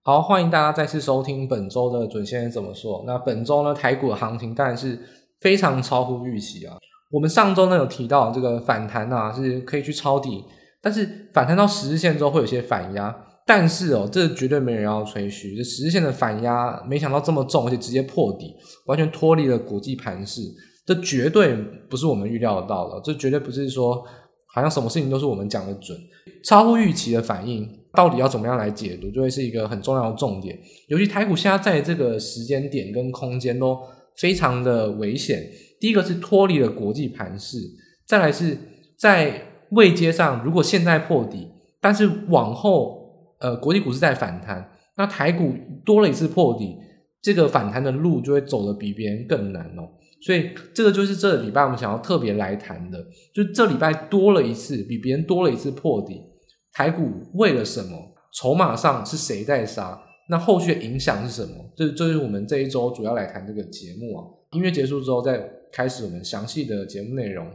好，欢迎大家再次收听本周的准先生怎么说。那本周呢，台股的行情当然是非常超乎预期啊。我们上周呢有提到这个反弹啊是可以去抄底，但是反弹到10日线之后会有些反压，但是这绝对没人要吹嘘，这10日线的反压没想到这么重，而且直接破底，完全脱离了国际盘势，这绝对不是我们预料得到的，这绝对不是说好像什么事情都是我们讲的准，超乎预期的反应到底要怎么样来解读，就会是一个很重要的重点。尤其台股现在在这个时间点跟空间都非常的危险。第一个是脱离了国际盘势，再来是在位阶上，如果现在破底，但是往后国际股市在反弹，那台股多了一次破底，这个反弹的路就会走得比别人更难哦。所以这个就是这礼拜我们想要特别来谈的，就是这礼拜多了一次，比别人多了一次破底，台股为了什么？筹码上是谁在杀？那后续的影响是什么？这就是我们这一周主要来谈这个节目啊。音乐结束之后再开始我们详细的节目内容。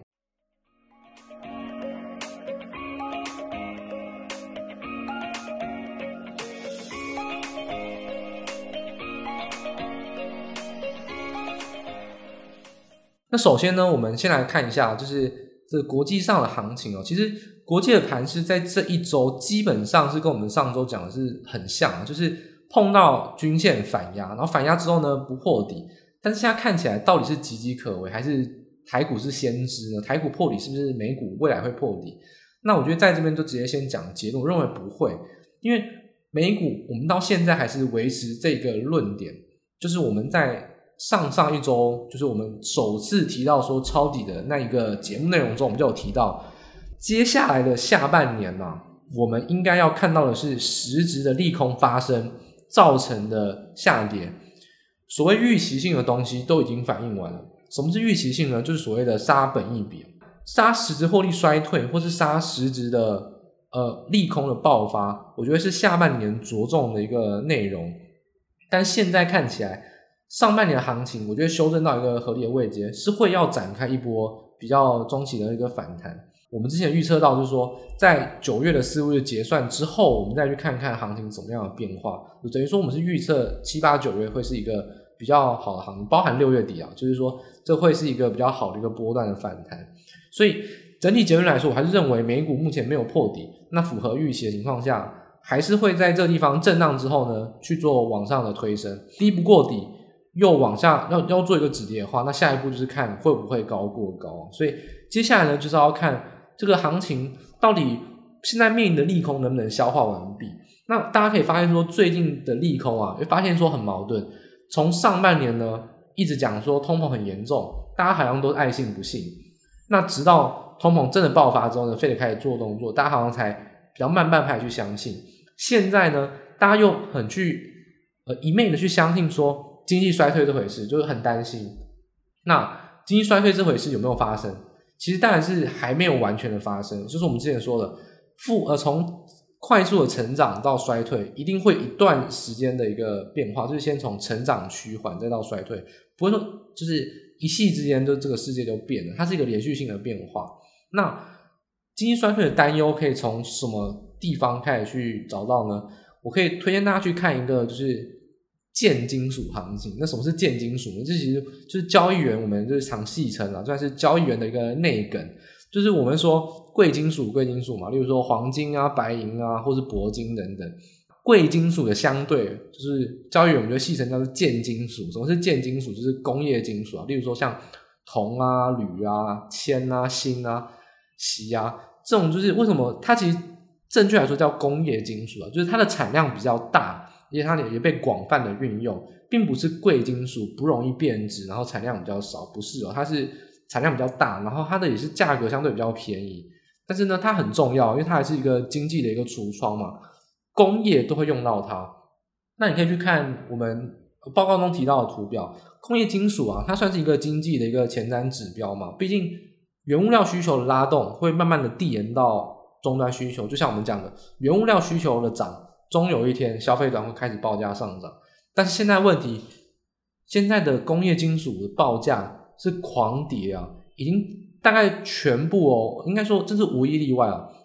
那首先呢，我们先来看一下就是这个国际上的行情哦。其实国际的盘势在这一周基本上是跟我们上周讲的是很像，就是碰到均线反压，然后反压之后呢不破底，但是现在看起来到底是岌岌可危，还是台股是先知呢？台股破底是不是美股未来会破底？那我觉得在这边就直接先讲结论，我认为不会，因为美股我们到现在还是维持这个论点，就是我们在上一周就是我们首次提到说抄底的那一个节目内容中，我们就有提到接下来的下半年我们应该要看到的是实质的利空发生造成的下跌，所谓预期性的东西都已经反映完了。什么是预期性呢？就是所谓的杀本益比，杀实质获利衰退，或是杀实质的利空的爆发，我觉得是下半年着重的一个内容。但现在看起来上半年的行情，我觉得修正到一个合理的位阶，是会要展开一波比较中期的一个反弹。我们之前预测到就是说在9月的4、5日结算之后，我们再去看看行情怎么样的变化，就等于说我们是预测7、8、9月会是一个比较好的行情，包含6月底就是说这会是一个比较好的一个波段的反弹。所以整体结论来说，我还是认为美股目前没有破底，那符合预期的情况下，还是会在这个地方震荡之后呢去做往上的推升，低不过底又往下要做一个止跌的话，那下一步就是看会不会高过高。所以接下来呢就是要看这个行情到底现在面临的利空能不能消化完毕。那大家可以发现说最近的利空会发现说很矛盾，从上半年呢一直讲说通膨很严重，大家好像都爱信不信，那直到通膨真的爆发之后呢Fed开始做动作，大家好像才比较慢半拍去相信。现在呢大家又很去一昧的去相信说经济衰退这回事，就是很担心。那经济衰退这回事有没有发生？其实当然是还没有完全的发生，就是我们之前说的从快速的成长到衰退一定会一段时间的一个变化，就是先从成长趋缓再到衰退，不会说就是一夕之间就这个世界就变了，它是一个连续性的变化。那经济衰退的担忧可以从什么地方开始去找到呢？我可以推荐大家去看一个就是贱金属行情。那什么是贱金属呢？这其实就是交易员，我们就是常戏称算是交易员的一个内梗，就是我们说贵金属嘛，例如说黄金白银或是铂金等等。贵金属的相对就是交易员我们就戏称叫做贱金属。什么是贱金属？就是工业金属例如说像铜铝铅锌锡这种，就是为什么它其实正确来说叫工业金属就是它的产量比较大，而且它也被广泛的运用，并不是贵金属不容易变质，然后产量比较少，不是它是产量比较大，然后它的也是价格相对比较便宜，但是呢它很重要，因为它还是一个经济的一个橱窗嘛，工业都会用到它。那你可以去看我们报告中提到的图表，工业金属它算是一个经济的一个前瞻指标嘛，毕竟原物料需求的拉动会慢慢的递延到终端需求，就像我们讲的原物料需求的涨，终有一天消费端会开始报价上涨。但是现在问题，现在的工业金属的报价是狂跌已经大概全部应该说这是无一例外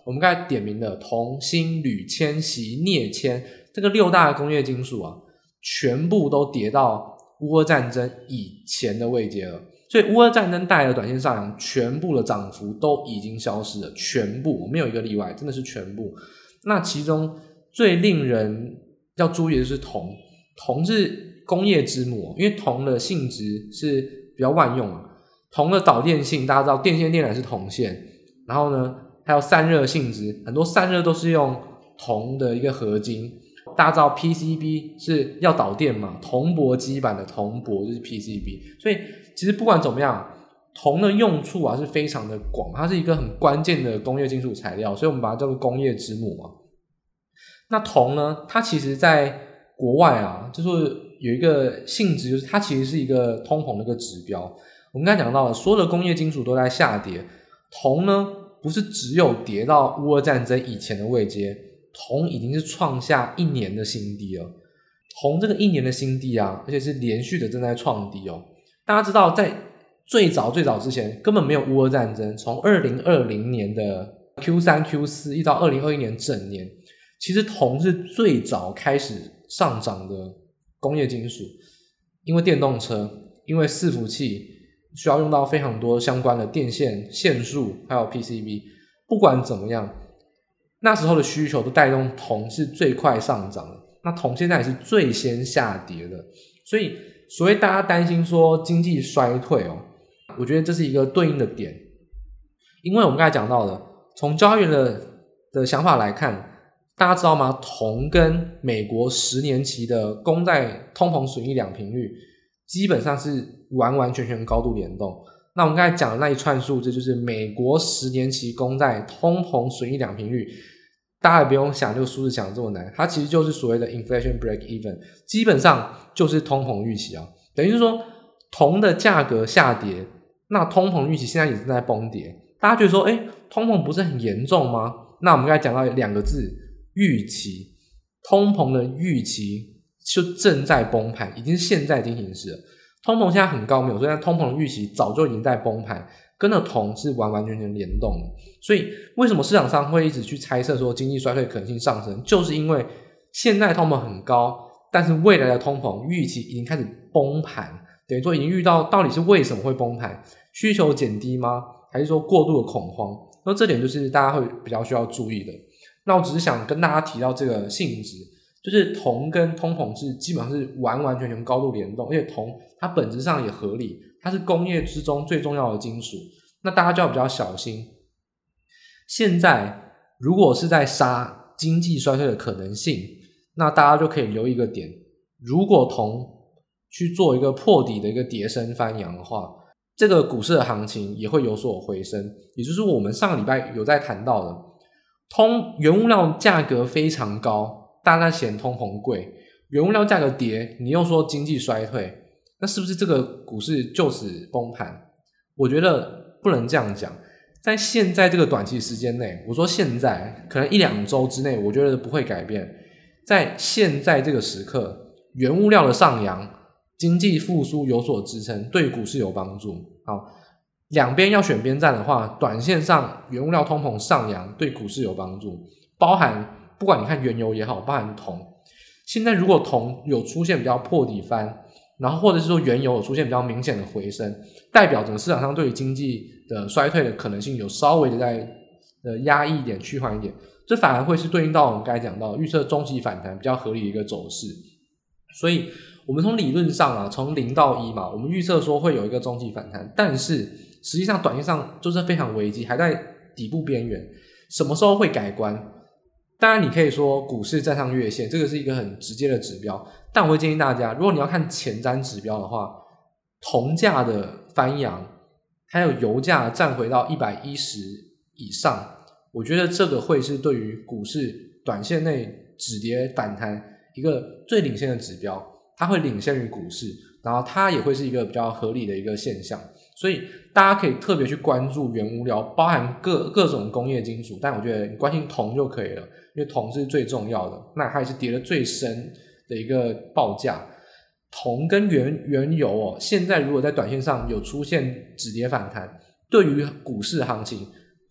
我们刚才点名的铜、锌、铝、铅、锡、镍、铅这个6大的工业金属啊，全部都跌到乌俄战争以前的位阶了。所以乌俄战争带来的短线上扬，全部的涨幅都已经消失了，全部没有一个例外，真的是全部。那其中最令人要注意的是铜，铜是工业之母，因为铜的性质是比较万用啊。铜的导电性，大家知道电线电缆是铜线，然后呢还有散热性质，很多散热都是用铜的一个合金。大家知道 PCB 是要导电嘛，铜箔基板的铜箔就是 PCB， 所以其实不管怎么样，铜的用处啊是非常的广，它是一个很关键的工业金属材料，所以我们把它叫做工业之母嘛。那铜呢，它其实在国外啊，就是有一个性质，就是它其实是一个通膨的一个指标。我们刚才讲到了，所有的工业金属都在下跌，铜呢不是只有跌到乌俄战争以前的位阶，铜已经是创下1年的新低了。铜这个1年的新低啊，而且是连续的正在创低哦。大家知道在最早之前根本没有乌俄战争，从2020年的 Q3 Q4 一直到2021年整年，其实铜是最早开始上涨的工业金属。因为电动车，因为伺服器需要用到非常多相关的电线、线束还有 PCB， 不管怎么样，那时候的需求都带动铜是最快上涨的。那铜现在也是最先下跌的，所以所谓大家担心说经济衰退哦，我觉得这是一个对应的点。因为我们刚才讲到的，从交易员的想法来看，大家知道吗？铜跟美国10年期的公债通膨损益两平率基本上是完完全全高度联动。那我们刚才讲的那一串数字，就是美国10年期公债通膨损益两平率，大家也不用想这个数字想这么难，它其实就是所谓的 inflation break even， 基本上就是通膨预期啊。等于是说铜的价格下跌，那通膨预期现在也正在崩跌。大家觉得说通膨不是很严重吗？那我们刚才讲到2个字，预期。通膨的预期就正在崩盘，已经是现在进行时了。通膨现在很高没有，所以通膨的预期早就已经在崩盘，跟着铜是完完全全联动的。所以为什么市场上会一直去猜测说经济衰退可能性上升，就是因为现在通膨很高，但是未来的通膨预期已经开始崩盘，等于说已经遇到到底是为什么会崩盘，需求减低吗？还是说过度的恐慌？那这点就是大家会比较需要注意的。那我只是想跟大家提到这个性质，就是铜跟通膨是基本上是完完全全高度联动，而且铜它本质上也合理，它是工业之中最重要的金属。那大家就要比较小心。现在如果是在杀经济衰退的可能性，那大家就可以留意一个点，如果铜去做一个破底的一个跌升翻扬的话，这个股市的行情也会有所回升。也就是我们上个礼拜有在谈到的，原物料价格非常高，大家嫌通膨贵，原物料价格跌，你又说经济衰退，那是不是这个股市就此崩盘？我觉得不能这样讲。在现在这个短期时间内，我说现在可能1-2周之内，我觉得不会改变。在现在这个时刻，原物料的上扬，经济复苏有所支撑，对股市有帮助。好，两边要选边站的话，短线上原物料通膨上扬对股市有帮助，包含不管你看原油也好，包含铜。现在如果铜有出现比较破底翻，然后或者是说原油有出现比较明显的回升，代表整个市场上对于经济的衰退的可能性有稍微的在压抑一点、趋缓一点，这反而会是对应到我们刚才讲到预测中期反弹比较合理的一个走势。所以我们从理论上啊，从0到1嘛，我们预测说会有一个中期反弹，但是实际上短线上就是非常危机，还在底部边缘，什么时候会改观？当然你可以说股市站上月线，这个是一个很直接的指标，但我会建议大家，如果你要看前瞻指标的话，铜价的翻扬还有油价站回到110以上，我觉得这个会是对于股市短线内止跌反弹一个最领先的指标，它会领先于股市，然后它也会是一个比较合理的一个现象。所以大家可以特别去关注原物料，包含各种工业金属，但我觉得你关心铜就可以了，因为铜是最重要的，那它也是跌得最深的一个报价。铜跟原油现在如果在短线上有出现止跌反弹，对于股市行情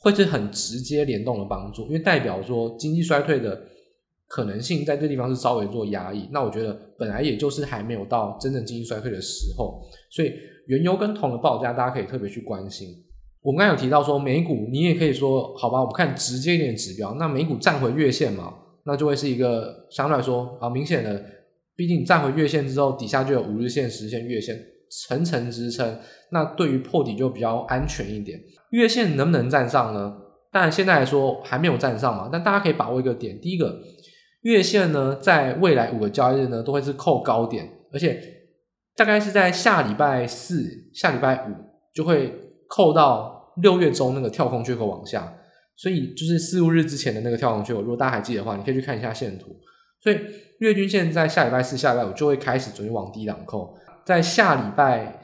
会是很直接联动的帮助，因为代表说经济衰退的可能性在这地方是稍微做压抑。那我觉得本来也就是还没有到真正经济衰退的时候，所以原油跟铜的报价大家可以特别去关心。我们刚才有提到说美股，你也可以说好吧，我们看直接一点的指标，那美股站回月线嘛，那就会是一个相对来说明显的，毕竟站回月线之后底下就有5日线、10线、月线层层支撑，那对于破底就比较安全一点。月线能不能站上呢？当然现在来说还没有站上嘛，但大家可以把握一个点，第一个月线呢在未来5个交易日呢都会是扣高点，而且大概是在下礼拜4、下礼拜5就会扣到6月中那个跳空缺口往下，所以就是4、5日之前的那个跳空缺口，如果大家还记得的话，你可以去看一下线图。所以月均线在下礼拜4、下礼拜5就会开始准备往低档扣，在下礼拜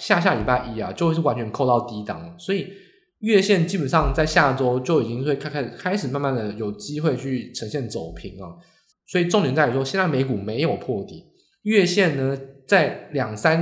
1啊就会是完全扣到低档了，所以月线基本上在下周就已经会开始慢慢的有机会去呈现走平啊。所以重点在于说现在美股没有破底，月线呢在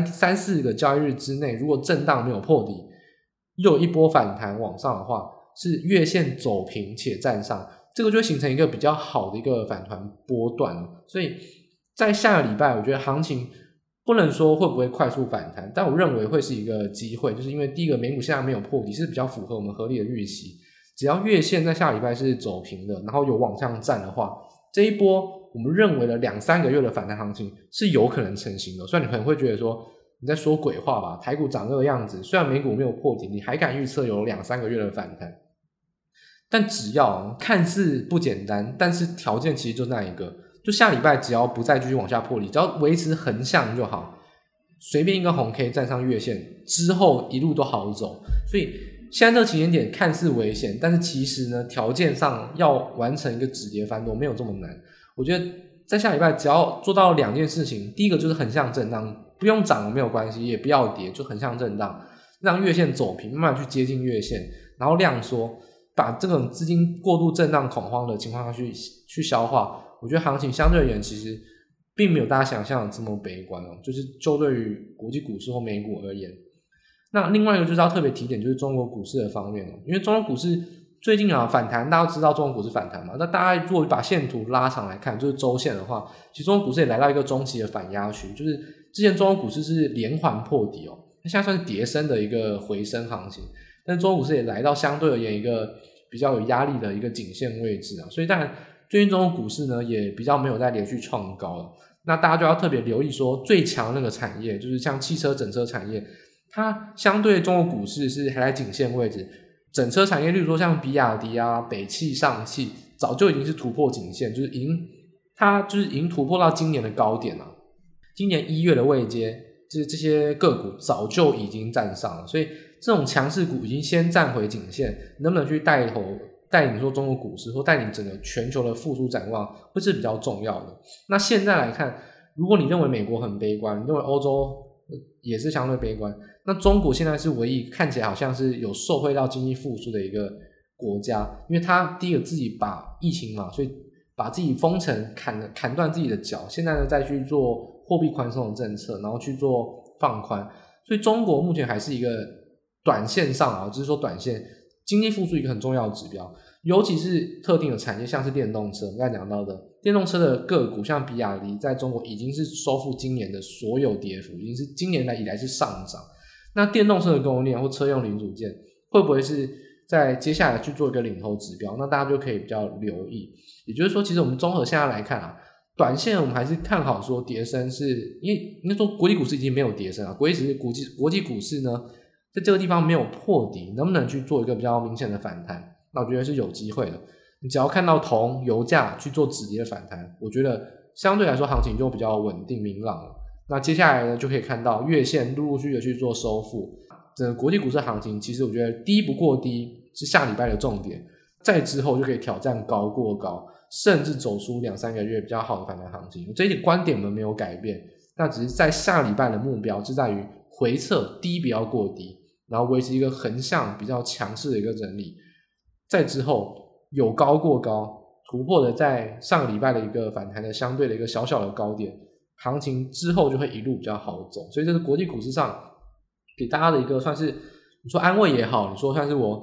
3、4个交易日之内如果震荡没有破底，又有一波反弹往上的话，是月线走平且站上，这个就会形成一个比较好的一个反弹波段。所以在下个礼拜我觉得行情不能说会不会快速反弹，但我认为会是一个机会，就是因为第一个美股现在没有破底是比较符合我们合理的预期，只要月线在下礼拜是走平的，然后有往上站的话，这一波我们认为的2、3个月的反弹行情是有可能成型的。虽然你可能会觉得说你在说鬼话吧，台股长这个样子，虽然美股没有破底，你还敢预测有2、3个月的反弹，但只要看似不简单，但是条件其实就那一个，就下礼拜只要不再继续往下破底，只要维持横向就好，随便一个红 K 站上月线之后一路都好走。所以现在这个起点点看似危险，但是其实呢条件上要完成一个止跌翻多没有这么难。我觉得在下礼拜只要做到2件事情，第一个就是横向震荡，不用涨没有关系，也不要跌，就横向震荡，让月线走平，慢慢去接近月线，然后量缩，把这种资金过度震荡恐慌的情况下去消化。我觉得行情相对而言其实并没有大家想象的这么悲观就是就对于国际股市或美股而言。那另外一个就是要特别提点，就是中国股市的方面因为中国股市最近反弹，大家都知道中国股市反弹嘛，那大家如果把线图拉长来看，就是周线的话，其实中国股市也来到一个中期的反压区，就是之前中国股市是连环破底它现在算是跌升的一个回升行情，但是中国股市也来到相对而言一个比较有压力的一个颈线位置所以当然最近中国股市呢也比较没有再连续创高了。那大家就要特别留意说最强那个产业，就是像汽车整车产业，它相对中国股市是还在颈线位置，整车产业例如说像比亚迪北汽、上汽早就已经是突破颈线，就是它就是已经突破到今年的高点了。今年1月的位阶，就是这些个股早就已经站上了，所以这种强势股已经先站回颈线，能不能去带领说中国股市或带领整个全球的复苏展望会是比较重要的。那现在来看，如果你认为美国很悲观，你认为欧洲也是相对悲观，那中国现在是唯一看起来好像是有受惠到经济复苏的一个国家，因为他第一个自己把疫情嘛，所以把自己封城砍断自己的脚，现在呢再去做货币宽松的政策，然后去做放宽，所以中国目前还是一个短线上就是说短线经济复苏一个很重要的指标，尤其是特定的产业，像是电动车，我们刚才讲到的电动车的个股，像比亚迪在中国已经是收复今年的所有跌幅，已经是今年以来是上涨。那电动车的供应链或车用零组件会不会是在接下来去做一个领头指标？那大家就可以比较留意。也就是说，其实我们综合现在来看短线我们还是看好说跌升，是因为应该说国际股市已经没有跌升国际股市呢在这个地方没有破底，能不能去做一个比较明显的反弹？那我觉得是有机会的。你只要看到铜油价去做止跌的反弹，我觉得相对来说行情就比较稳定明朗了。那接下来呢，就可以看到月线陆续的去做收复。整个国际股市行情，其实我觉得低不过低是下礼拜的重点，再之后就可以挑战高过高，甚至走出2、3个月比较好的反弹行情。这一点观点我们没有改变，那只是在下礼拜的目标是在于回测低不要过低，然后维持一个横向比较强势的一个整理，再之后有高过高，突破的在上个礼拜的一个反弹的相对的一个小小的高点，行情之后就会一路比较好走。所以这是国际股市上给大家的一个算是你说安慰也好，你说算是我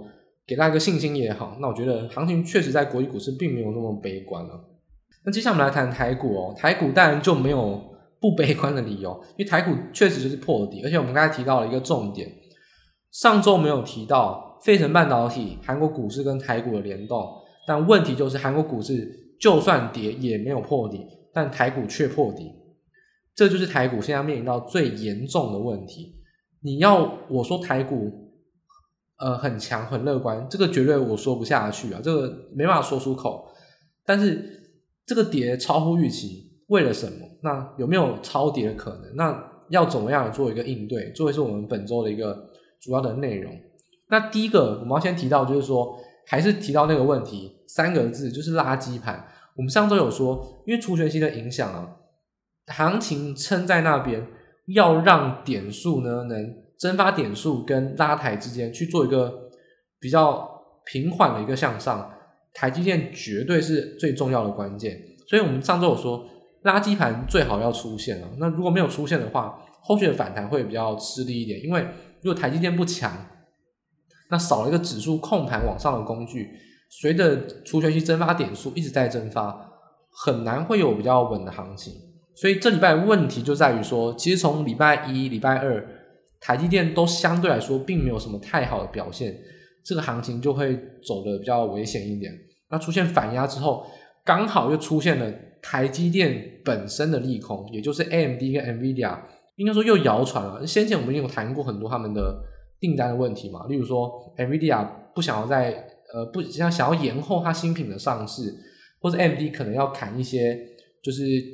给大家一个信心也好，那我觉得行情确实在国际股市并没有那么悲观了。那接下来我们来谈台股台股当然就没有不悲观的理由，因为台股确实就是破底，而且我们刚才提到了一个重点，上周没有提到费城半导体、韩国股市跟台股的联动，但问题就是韩国股市就算跌也没有破底，但台股却破底，这就是台股现在面临到最严重的问题。你要我说台股很强很乐观，这个绝对我说不下去啊，这个没办法说出口。但是这个跌超乎预期，为了什么？那有没有超跌的可能？那要怎么样做一个应对？这会是我们本周的一个主要的内容。那第一个我们要先提到就是说，还是提到那个问题，3个字就是垃圾盘。我们上周有说，因为除权息的影响行情撑在那边，要让点数呢能蒸发点数跟拉抬之间去做一个比较平缓的一个向上，台积电绝对是最重要的关键。所以我们上周有说垃圾盘最好要出现了，那如果没有出现的话，后续的反弹会比较吃力一点，因为如果台积电不强，那少了一个指数控盘往上的工具，随着除权息蒸发点数一直在蒸发，很难会有比较稳的行情。所以这礼拜的问题就在于说，其实从礼拜一、礼拜二台积电都相对来说并没有什么太好的表现，这个行情就会走得比较危险一点。那出现反压之后，刚好又出现了台积电本身的利空，也就是 AMD 跟 NVIDIA 应该说又谣传了。先前我们已经有谈过很多他们的订单的问题嘛，例如说 NVIDIA 不想要想要延后它新品的上市，或者 AMD 可能要砍一些就是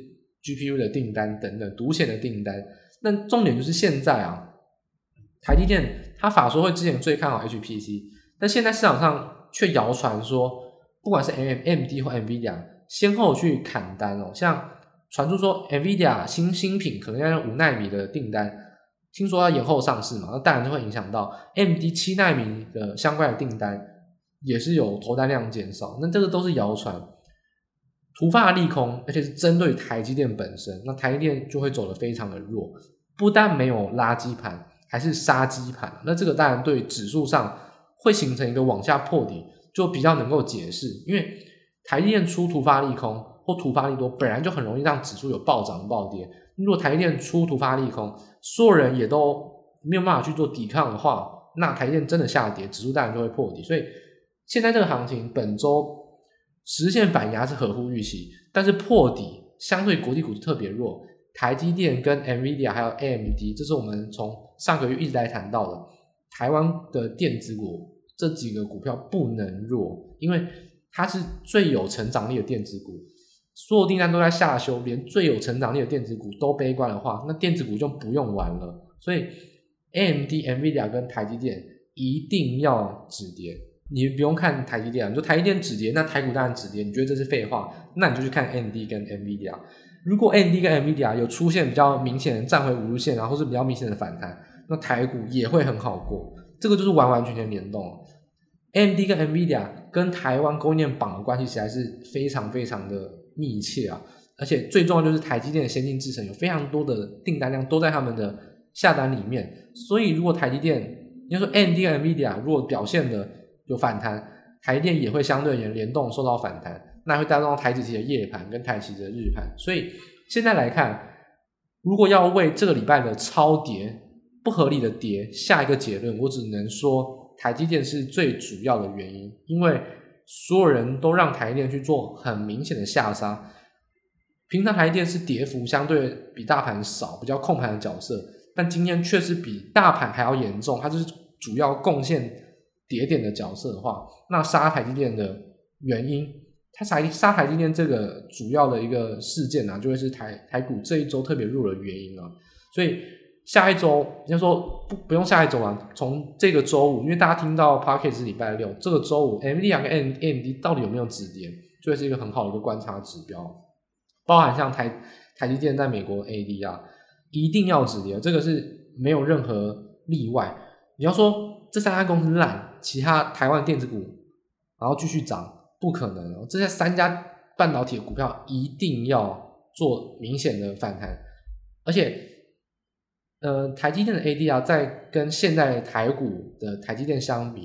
GPU 的订单等等独显的订单。那重点就是现在台积电它法说会之前最看好 HPC， 但现在市场上却谣传说不管是 AMD 或 NVIDIA 先后去砍单像传出说 NVIDIA 新品可能要用5奈米的订单，听说要延后上市嘛，那当然就会影响到 AMD 7奈米的相关的订单也是有投单量减少，那这个都是谣传，突发的利空，而且是针对台积电本身，那台积电就会走得非常的弱，不但没有垃圾盘，还是杀鸡盘，那这个当然对指数上会形成一个往下破底，就比较能够解释，因为台积电出突发利空或突发利多，本来就很容易让指数有暴涨暴跌。如果台积电出突发利空，所有人也都没有办法去做抵抗的话，那台积电真的下跌，指数当然就会破底。所以现在这个行情本周实现反压是合乎预期，但是破底相对国际股市特别弱，台积电跟 NVIDIA 还有 AMD， 这是我们从上个月一直在谈到的台湾的电子股这几个股票不能弱，因为它是最有成长力的电子股，所有订单都在下修，连最有成长力的电子股都悲观的话，那电子股就不用玩了。所以 AMD、NVIDIA 跟台积电一定要止跌，你不用看台积电，你说台积电止跌，那台股当然止跌，你觉得这是废话，那你就去看 AMD 跟 NVIDIA。如果 AMD 跟 NVIDIA 有出现比较明显的站回5日线，然后是比较明显的反弹，那台股也会很好过，这个就是完完全全联动了。AMD 跟 NVIDIA 跟台湾供应链绑的关系实在是非常非常的密切而且最重要就是台积电的先进制程有非常多的订单量都在他们的下单里面，所以如果台积电应该说 AMD 跟 NVIDIA 如果表现的有反弹，台积电也会相对联动受到反弹，那会带动到台指期的夜盘跟台期的日盘。所以现在来看，如果要为这个礼拜的超跌不合理的跌下一个结论，我只能说台积电是最主要的原因，因为所有人都让台积电去做很明显的下杀，平常台积电是跌幅相对比大盘少，比较控盘的角色，但今天却是比大盘还要严重，它就是主要贡献跌点的角色的话，那杀台积电的原因，它杀台积电这个主要的一个事件就会是台股这一周特别弱的原因所以下一周应该说不用下一周从这个周五，因为大家听到 Podcast 是礼拜六，这个周五 NVIDIA 跟 AMD 到底有没有止跌，就会是一个很好的一个观察指标，包含像台积电在美国 ADR 一定要止跌，这个是没有任何例外。你要说这3家公司烂，其他台湾电子股然后继续涨，不可能这3家半导体的股票一定要做明显的反弹，而且台积电的 ADR 在跟现在台股的台积电相比，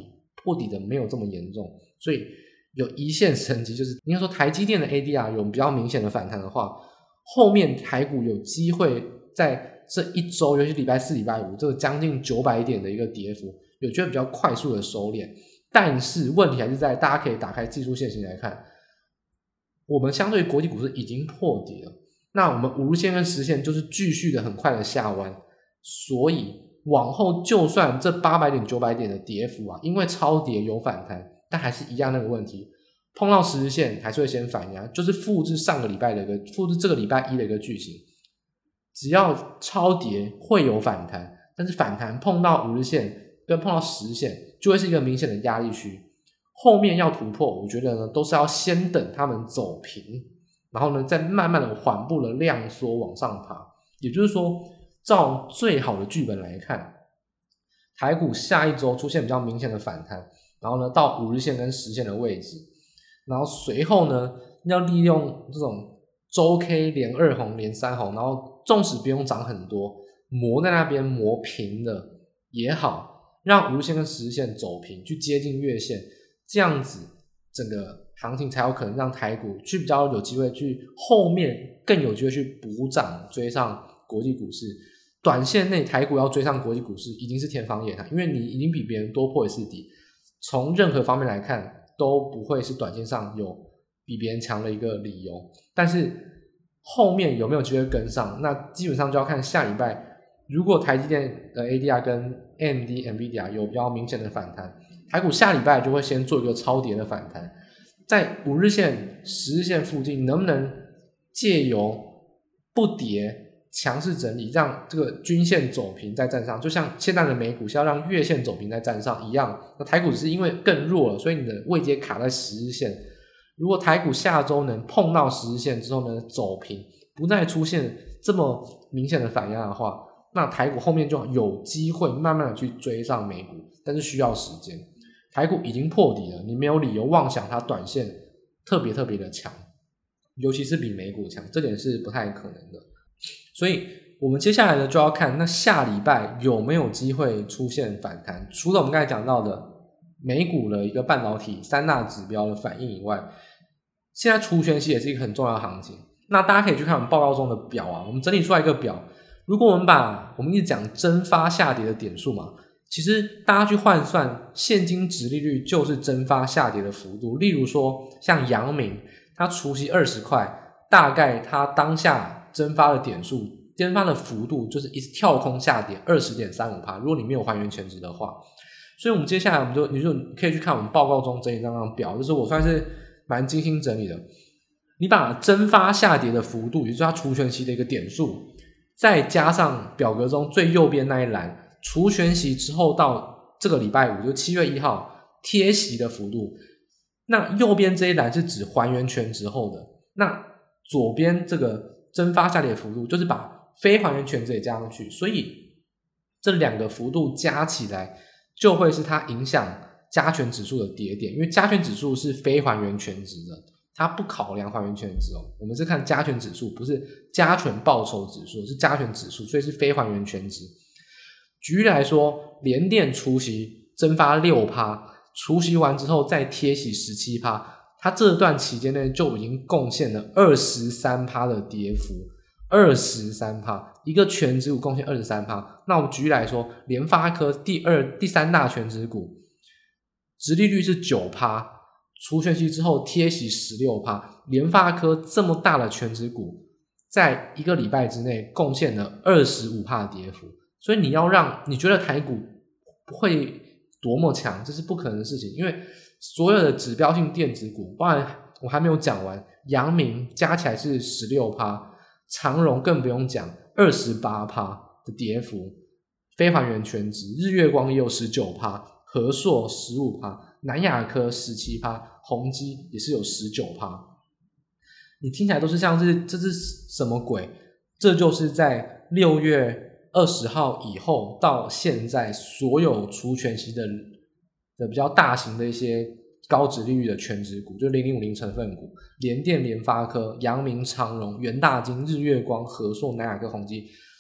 破底的没有这么严重，所以有一线生机，就是应该说台积电的 ADR 有比较明显的反弹的话，后面台股有机会在这一周，尤其礼拜四礼拜五这个将近900点的一个跌幅，有机会比较快速的收敛。但是问题还是在大家可以打开技术线型来看，我们相对国际股市已经破底了，那我们5日线跟10线就是继续的很快的下弯，所以往后就算这800点900点的跌幅因为超跌有反弹，但还是一样那个问题，碰到10日线还是会先反压，就是复制上个礼拜的复制这个礼拜一的一个剧情，只要超跌会有反弹，但是反弹碰到5日线跟碰到10日线就会是一个明显的压力区，后面要突破我觉得呢都是要先等他们走平，然后呢再慢慢的缓步的量缩往上爬。也就是说照最好的剧本来看，台股下一周出现比较明显的反弹，然后呢到5日线跟10线的位置，然后随后呢要利用这种周 K 连2红连3红，然后纵使不用涨很多，磨在那边磨平的也好，让5日线跟10日线走平去接近月线，这样子整个行情才有可能让台股去比较有机会去后面更有机会去补涨追上国际股市。短线内台股要追上国际股市已经是天方夜谭，因为你已经比别人多破一次底，从任何方面来看都不会是短线上有比别人强的一个理由。但是后面有没有机会跟上，那基本上就要看下礼拜，如果台积电的 ADR 跟 AMD、NVIDIA 有比较明显的反弹，台股下礼拜就会先做一个超跌的反弹，在5日线、10日线附近能不能借由不跌强势整理，让这个均线走平再站上，就像现在的美股是要让月线走平再站上一样，那台股只是因为更弱了，所以你的位阶卡在10日线。如果台股下周能碰到10日线之后呢走平，不再出现这么明显的反压的话，那台股后面就有机会慢慢的去追上美股，但是需要时间。台股已经破底了，你没有理由妄想它短线特别的强，尤其是比美股强，这点是不太可能的。所以我们接下来呢就要看那下礼拜有没有机会出现反弹。除了我们刚才讲到的美股的一个半导体3大指标的反应以外，现在除权息也是一个很重要的行情。那大家可以去看我们报告中的表我们整理出来一个表，如果我们一直讲蒸发下跌的点数嘛，其实大家去换算现金殖利率就是蒸发下跌的幅度。例如说像阳明，它除息20块，大概它当下蒸发的点数蒸发的幅度就是一次跳空下跌 20.35%， 如果你没有还原全值的话。所以我们接下来你就可以去看我们报告中整理这张表，就是我算是蛮精心整理的。你把蒸发下跌的幅度，也就是它除权息的一个点数，再加上表格中最右边那一栏除权息之后到这个礼拜5，就7月1号贴息的幅度，那右边这一栏是指还原全值后的，那左边这个蒸发下跌的幅度就是把非还原全值也加上去，所以这两个幅度加起来就会是它影响加权指数的跌点，因为加权指数是非还原全值的，它不考量还原全值我们是看加权指数，不是加权报酬指数，是加权指数，所以是非还原全值。举例来说，联电除息蒸发 6%， 除息完之后再贴息 17%， 它这段期间内就已经贡献了 23% 的跌幅， 23%， 一个全指股贡献 23%。 那我们举例来说，联发科第三大全指股，殖利率是 9%， 除权息之后贴息 16%， 联发科这么大的全指股在一个礼拜之内贡献了 25% 的跌幅，所以你觉得台股不会多么强，这是不可能的事情，因为所有的指标性电子股，包含我还没有讲完，阳明加起来是 16%， 长荣更不用讲 28% 的跌幅，非还原全值，日月光也有 19%， 和硕 15%， 南亚科 17%， 宏基也是有 19%。 你听起来都是像是这是什么鬼？这就是在6月20号以后到现在所有除权息的比较大型的一些高殖利率的全指股，就0050成分股，联电、联发科、阳明、长荣、元大金、日月光、和硕、南亚科、宏基，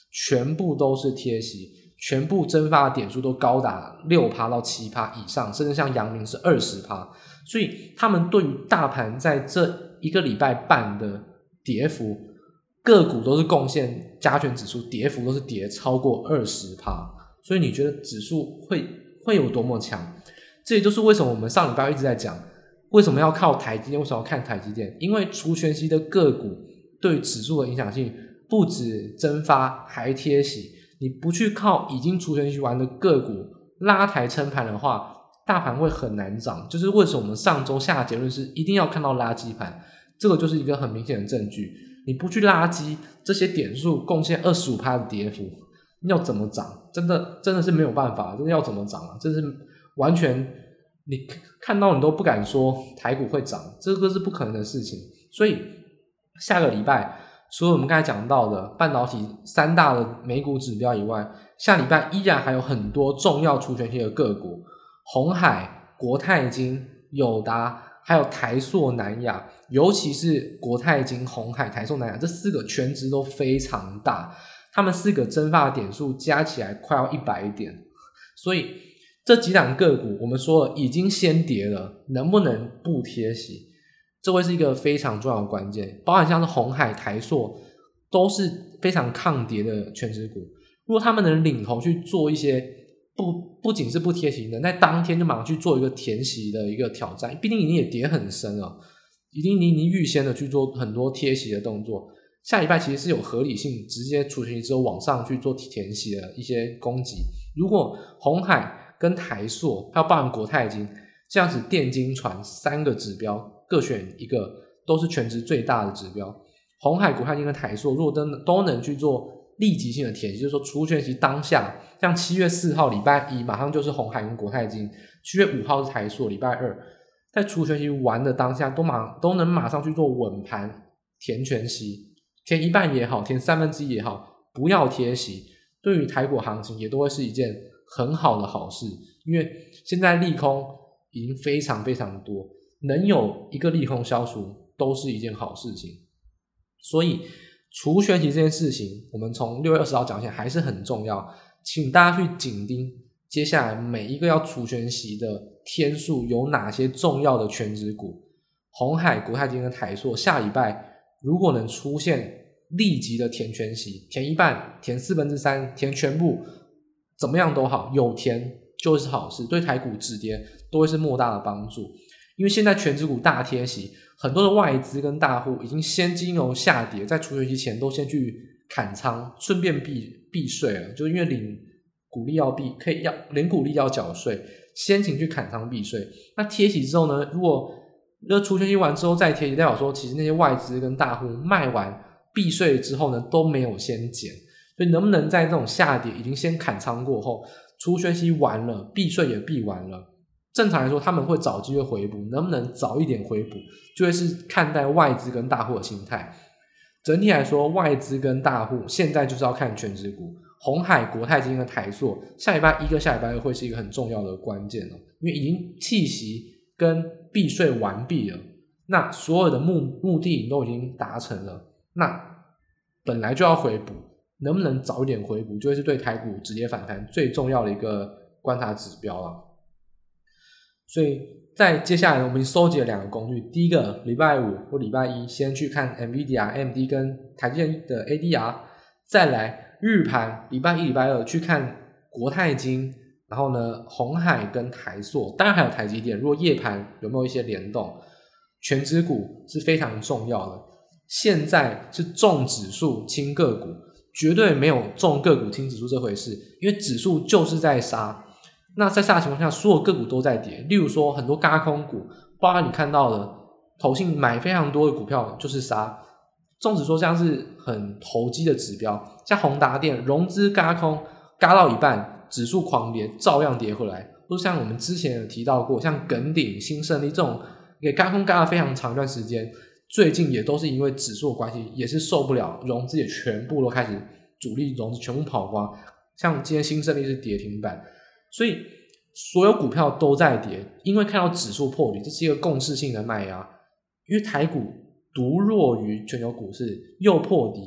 全部都是贴息，全部蒸发的点数都高达 6% 到 7% 以上，甚至像阳明是 20%， 所以他们对于大盘在这1个礼拜半的跌幅，个股都是贡献加权指数跌幅都是跌超过 20%， 所以你觉得指数会有多么强？这也就是为什么我们上礼拜一直在讲为什么要靠台积电，为什么要看台积电，因为除权息的个股对于指数的影响性不止蒸发还贴息，你不去靠已经除权息完的个股拉抬撑盘的话，大盘会很难涨，就是为什么我们上周下的结论是一定要看到垃圾盘，这个就是一个很明显的证据。你不去垃圾这些点数贡献 25% 的跌幅，要怎么涨？真的是没有办法，真的要怎么涨啊？这是完全你看到你都不敢说台股会涨，这个是不可能的事情。所以下个礼拜除了我们刚才讲到的半导体3大的美股指标以外，下礼拜依然还有很多重要除权息的个股，鸿海、国泰金、友达还有台塑、南亚，尤其是国泰金、鸿海、台塑、南亚这4个权值都非常大，他们4个蒸发的点数加起来快要100点，所以这几档个股我们说了已经先跌了，能不能不贴息，这会是一个非常重要的关键。包含像是鸿海、台塑都是非常抗跌的权值股，如果他们能领头去做一些不仅是不贴息，能在当天就马上去做一个填息的一个挑战，毕竟你也跌很深了，一定你预先的去做很多贴息的动作，下礼拜其实是有合理性直接除权息之后往上去做填息的一些攻击。如果鸿海跟台塑还有包含国泰金这样子电金传3个指标各选一个，都是权值最大的指标，鸿海、国泰金跟台塑如果都能去做立即性的填息，就是说除权息当下，像7月4号礼拜一马上就是鸿海跟国泰金，7月5号是台塑，礼拜二在除权息完的当下都能马上去做稳盘填权息，填一半也好，填1/3也好，不要贴息，对于台股行情也都会是一件很好的好事，因为现在利空已经非常非常多，能有一个利空消除都是一件好事情。所以除权息这件事情我们从6月20号讲起来还是很重要，请大家去紧盯接下来每一个要除权息的天数有哪些重要的权值股，鸿海、国泰金跟台塑下礼拜如果能出现立即的填权息，填一半，填3/4，填全部，怎么样都好，有填就是好事，对台股止跌都会是莫大的帮助。因为现在权值股大贴息，很多的外资跟大户已经先经由下跌，在除权息前都先去砍仓，顺便避税了，就是因为领股利要领股利要缴税，先行去砍仓避税。那贴息之后呢，如果除权息完之后再贴息，代表说其实那些外资跟大户卖完避税之后呢都没有先减，所以能不能在这种下跌已经先砍仓过后，除权息完了，避税也避完了，正常来说他们会找机会回补，能不能早一点回补就会是看待外资跟大户的心态。整体来说外资跟大户现在就是要看权值股，鸿海、国泰金跟台塑下礼拜一跟下礼拜二会是一个很重要的关键，因为已经弃息跟避税完毕了，那所有的目的都已经达成了，那本来就要回补，能不能早一点回补就会是对台股止跌反弹最重要的一个观察指标了。所以在接下来我们收集了2个工具，第一个礼拜五或礼拜一先去看 NVIDIA、AMD 跟台积电的 ADR， 再来日盘礼拜一礼拜二去看国泰金，然后呢鸿海跟台塑，当然还有台积电，如果夜盘有没有一些联动，权值股是非常重要的。现在是重指数轻个股，绝对没有重个股轻指数这回事，因为指数就是在杀，那在杀的情况下所有个股都在跌，例如说很多軋空股，包括你看到的投信买非常多的股票就是杀，纵使说像是很投机的指标，像宏达电融资軋空軋到一半，指数狂跌照样跌回来，都像我们之前有提到过，像耿鼎、新胜利这种给軋空軋了非常长一段时间，最近也都是因为指数的关系也是受不了，融资也全部都开始主力融资全部跑光，像今天新胜利是跌停板，所以所有股票都在跌，因为看到指数破底，这是一个共识性的卖压，因为台股独弱于全球股市，又破底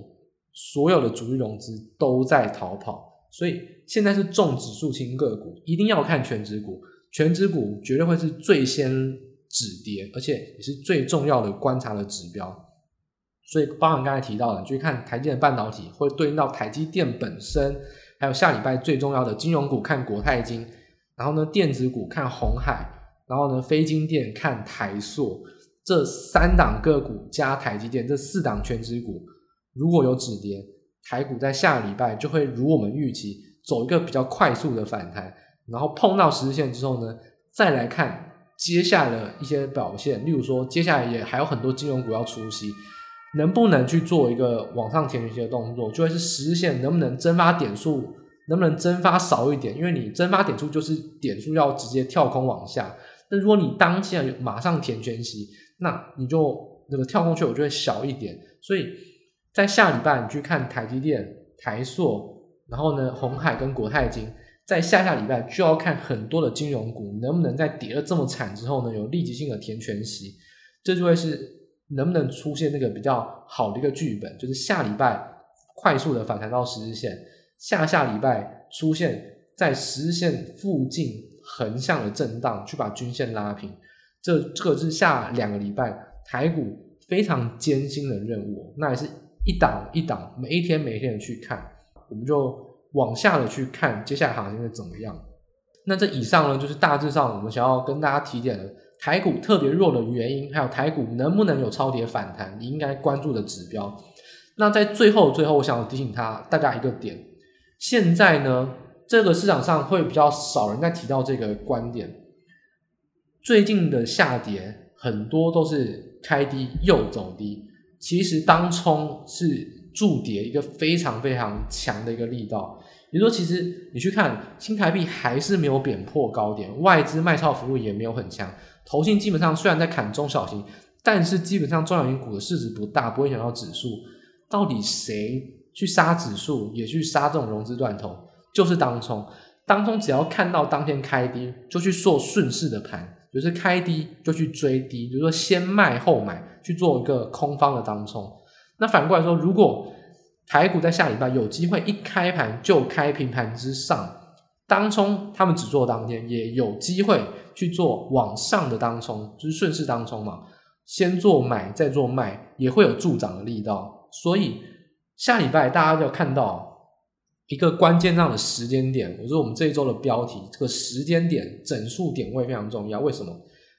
所有的主力融资都在逃跑，所以现在是重指数轻个股，一定要看全指股，全指股绝对会是最先止跌，而且也是最重要的观察的指标。所以包含刚才提到的，去看台积电半导体会对应到台积电本身，还有下礼拜最重要的金融股看国泰金，然后呢电子股看鸿海，然后呢非金电看台塑，这3档个股加台积电，这4档全指股如果有止跌，台股在下礼拜就会如我们预期走一个比较快速的反弹，然后碰到10日线之后呢，再来看接下来的一些表现，例如说接下来也还有很多金融股要出息，能不能去做一个往上填权息的动作，就会是10日线能不能蒸发点数，能不能蒸发少一点，因为你蒸发点数就是点数要直接跳空往下，但如果你当下马上填权息，那你就那个跳空缺口就会小一点，所以在下礼拜你去看台积电、台塑，然后呢鸿海跟国泰金，在下礼拜就要看很多的金融股能不能在跌了这么惨之后呢有立即性的填权息，这就会是能不能出现那个比较好的一个剧本，就是下礼拜快速的反弹到10日线，下礼拜出现在10日线附近横向的震荡，去把均线拉平，这个是下2个礼拜台股非常艰辛的任务，那也是一档一档每一天的去看，我们就往下的去看接下来行情会怎么样。那这以上呢就是大致上我们想要跟大家提点的台股特别弱的原因，还有台股能不能有超跌反弹你应该关注的指标。那在最后我想要提醒大家一个点，现在呢这个市场上会比较少人在提到这个观点，最近的下跌很多都是开低又走低，其实当冲是助跌一个非常非常强的一个力道，比如说其实你去看新台币还是没有贬破高点，外资卖超幅度也没有很强，投信基本上虽然在砍中小型，但是基本上中小型股的市值不大，不会影响到指数，到底谁去杀指数也去杀这种融资断头，就是当冲只要看到当天开低就去做顺势的盘，就是开低就去追低，比如说先卖后买去做一个空方的当冲。那反过来说，如果台股在下礼拜有机会一开盘就开平盘之上，当冲他们只做当天也有机会去做往上的当冲，就是顺势当冲嘛，先做买再做卖也会有助涨的力道。所以下礼拜大家就要看到一个关键上的时间点，我说我们这一周的标题，这个时间点整数点位非常重要。为什么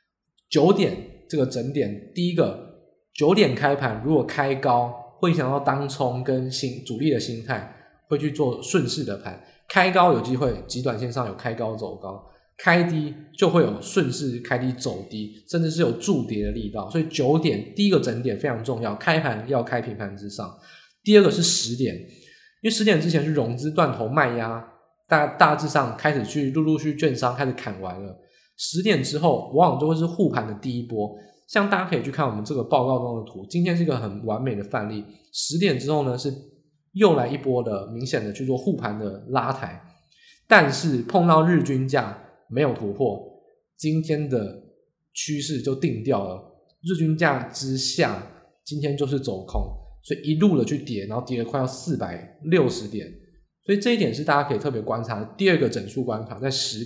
？9点这个整点，第一个9点开盘如果开高会影响到当冲跟主力的心态，会去做顺势的盘，开高有机会极短线上有开高走高，开低就会有顺势开低走低，甚至是有助跌的力道。所以9点第一个整点非常重要，开盘要开平盘之上。第二个是10点，因为10点之前是融资断头卖压，大致上开始去陆续券商开始砍完了，10点之后往往都会是护盘的第一波，像大家可以去看我们这个报告中的图，今天是一个很完美的范例。10点之后呢是又来一波的明显的去做护盘的拉抬，但是碰到日均价没有突破，今天的趋势就定掉了，日均价之下今天就是走空，所以一路的去跌，然后跌了快要460点，所以这一点是大家可以特别观察的。第二个整数关卡在10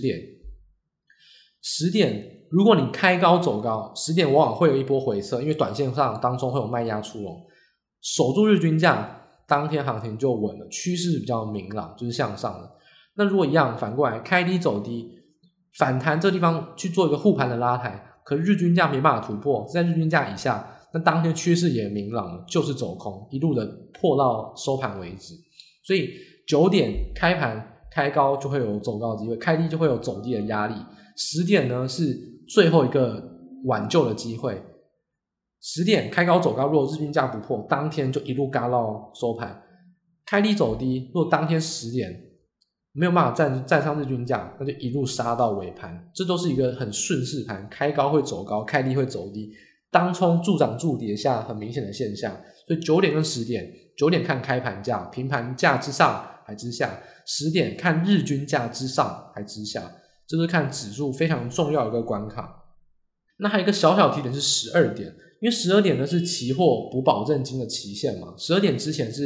点如果你开高走高，10点往往会有一波回撤，因为短线上当中会有卖压出笼，守住日均价，当天行情就稳了，趋势比较明朗，就是向上的。那如果一样反过来开低走低，反弹这个地方去做一个护盘的拉抬，可日均价没办法突破，在日均价以下，那当天趋势也明朗了，就是走空，一路的破到收盘为止。所以9点开盘开高就会有走高的机会，开低就会有走低的压力。10点呢是最后一个挽救的机会，10点开高走高，如果日均价不破，当天就一路嘎到收盘，开低走低，如果当天10点没有办法站上日均价，那就一路杀到尾盘，这都是一个很顺势盘，开高会走高，开低会走低，当冲助涨助跌下很明显的现象。所以9点跟10点，9点看开盘价，平盘价之上还之下，10点看日均价之上还之下，这是看指数非常重要的一个关卡。那还有一个小小提点是12点，因为12点呢是期货补保证金的期限嘛，12点之前是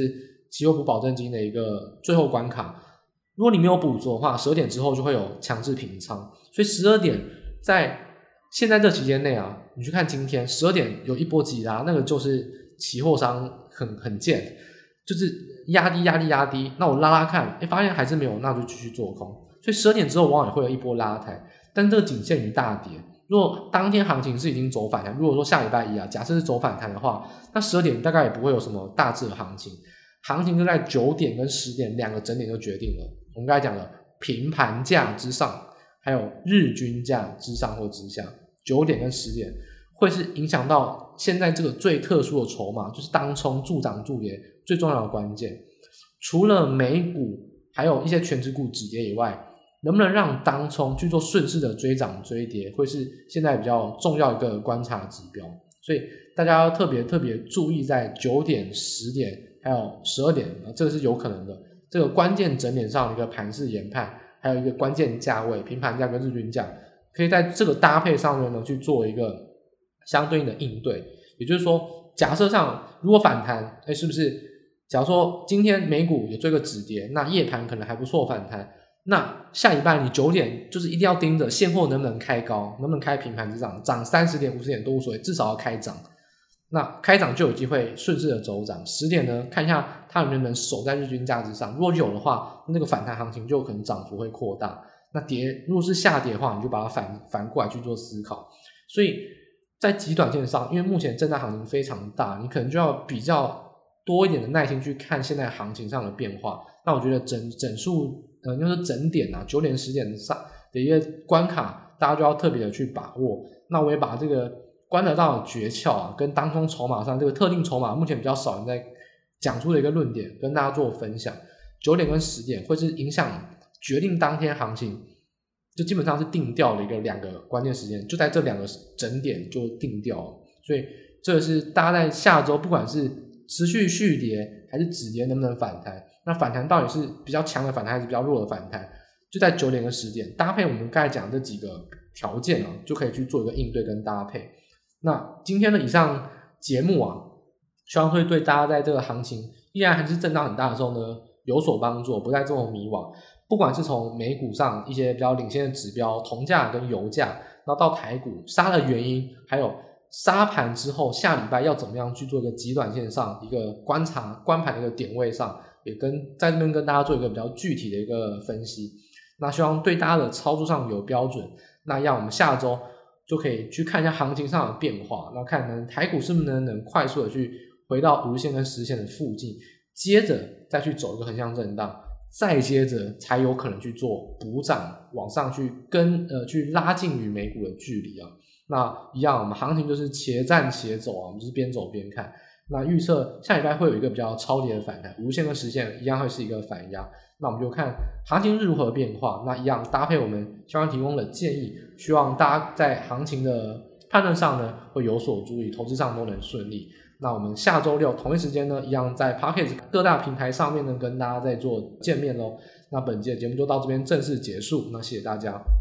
期货补保证金的一个最后关卡。如果你没有补足的话，12点之后就会有强制平仓，所以12点在现在这期间内啊，你去看今天12点有一波急拉，那个就是期货商很贱，就是压低，那我拉看，发现还是没有，那我就继续做空。所以12点之后往往也会有一波拉抬，但这个仅限于大跌。如果当天行情是已经走反弹，如果说下礼拜一啊，假设是走反弹的话，那12点大概也不会有什么大致的行情，行情就在9点跟10点两个整点就决定了。我们刚才讲的平盘价之上，还有日均价之上或之下，9点跟10点会是影响到现在这个最特殊的筹码，就是当冲助涨助跌最重要的关键。除了美股还有一些权值股止跌以外，能不能让当冲去做顺势的追涨追跌，会是现在比较重要一个观察指标。所以大家要特别注意在9点、10点还有12点，这个是有可能的。这个关键整点上的一个盘势研判，还有一个关键价位，平盘价跟日均价，可以在这个搭配上面呢去做一个相对应的应对。也就是说，假设上如果反弹，是不是？假如说今天美股有这个止跌，那夜盘可能还不错反弹，那下礼拜你9点就是一定要盯着现货能不能开高，能不能开平盘之上，涨30点50点都无所谓，至少要开涨。那开涨就有机会顺势的走涨。10点呢，看一下它能不能守在日均价之上，如果有的话，那个反弹行情就可能涨幅会扩大。那如果是下跌的话，你就把它反过来去做思考。所以在极短线上，因为目前震荡行情非常大，你可能就要比较多一点的耐心去看现在行情上的变化。那我觉得整数就是整点啊，9点10点上的一个关卡，大家就要特别的去把握。那我也把这个观察到的诀窍啊，跟当冲筹码上这个特定筹码目前比较少人在讲出的一个论点，跟大家做分享。9点跟10点会是影响决定当天行情，就基本上是定调的两个关键时间，就在这2个整点就定调了。所以这是大家在下周不管是持续续跌还是止跌能不能反弹，那反弹到底是比较强的反弹还是比较弱的反弹，就在9点跟10点搭配我们刚才讲这几个条件啊，就可以去做一个应对跟搭配。那今天的以上节目啊，希望会对大家在这个行情依然还是震荡很大的时候呢有所帮助，不再这么迷惘。不管是从美股上一些比较领先的指标，铜价跟油价，然后到台股杀的原因，还有杀盘之后下礼拜要怎么样去做一个极短线上一个观察观盘的一个点位上，也在这边跟大家做一个比较具体的一个分析。那希望对大家的操作上有标准，那让我们下周就可以去看一下行情上的变化，然后看台股是不是能快速的去回到5日线跟10日线的附近，接着再去走一个横向震荡，再接着才有可能去做补涨往上去去拉近与美股的距离啊。那一样我们行情就是且战且走啊，我们就是边走边看。那预测下礼拜会有一个比较超跌的反弹，5日线跟10日线一样会是一个反压，那我们就看行情如何变化，那一样搭配我们相关提供的建议，希望大家在行情的判断上呢会有所注意，投资上都能顺利。那我们下周6同一时间呢，一样在 Podcast 各大平台上面呢跟大家再做见面咯。那本期的节目就到这边正式结束，那谢谢大家。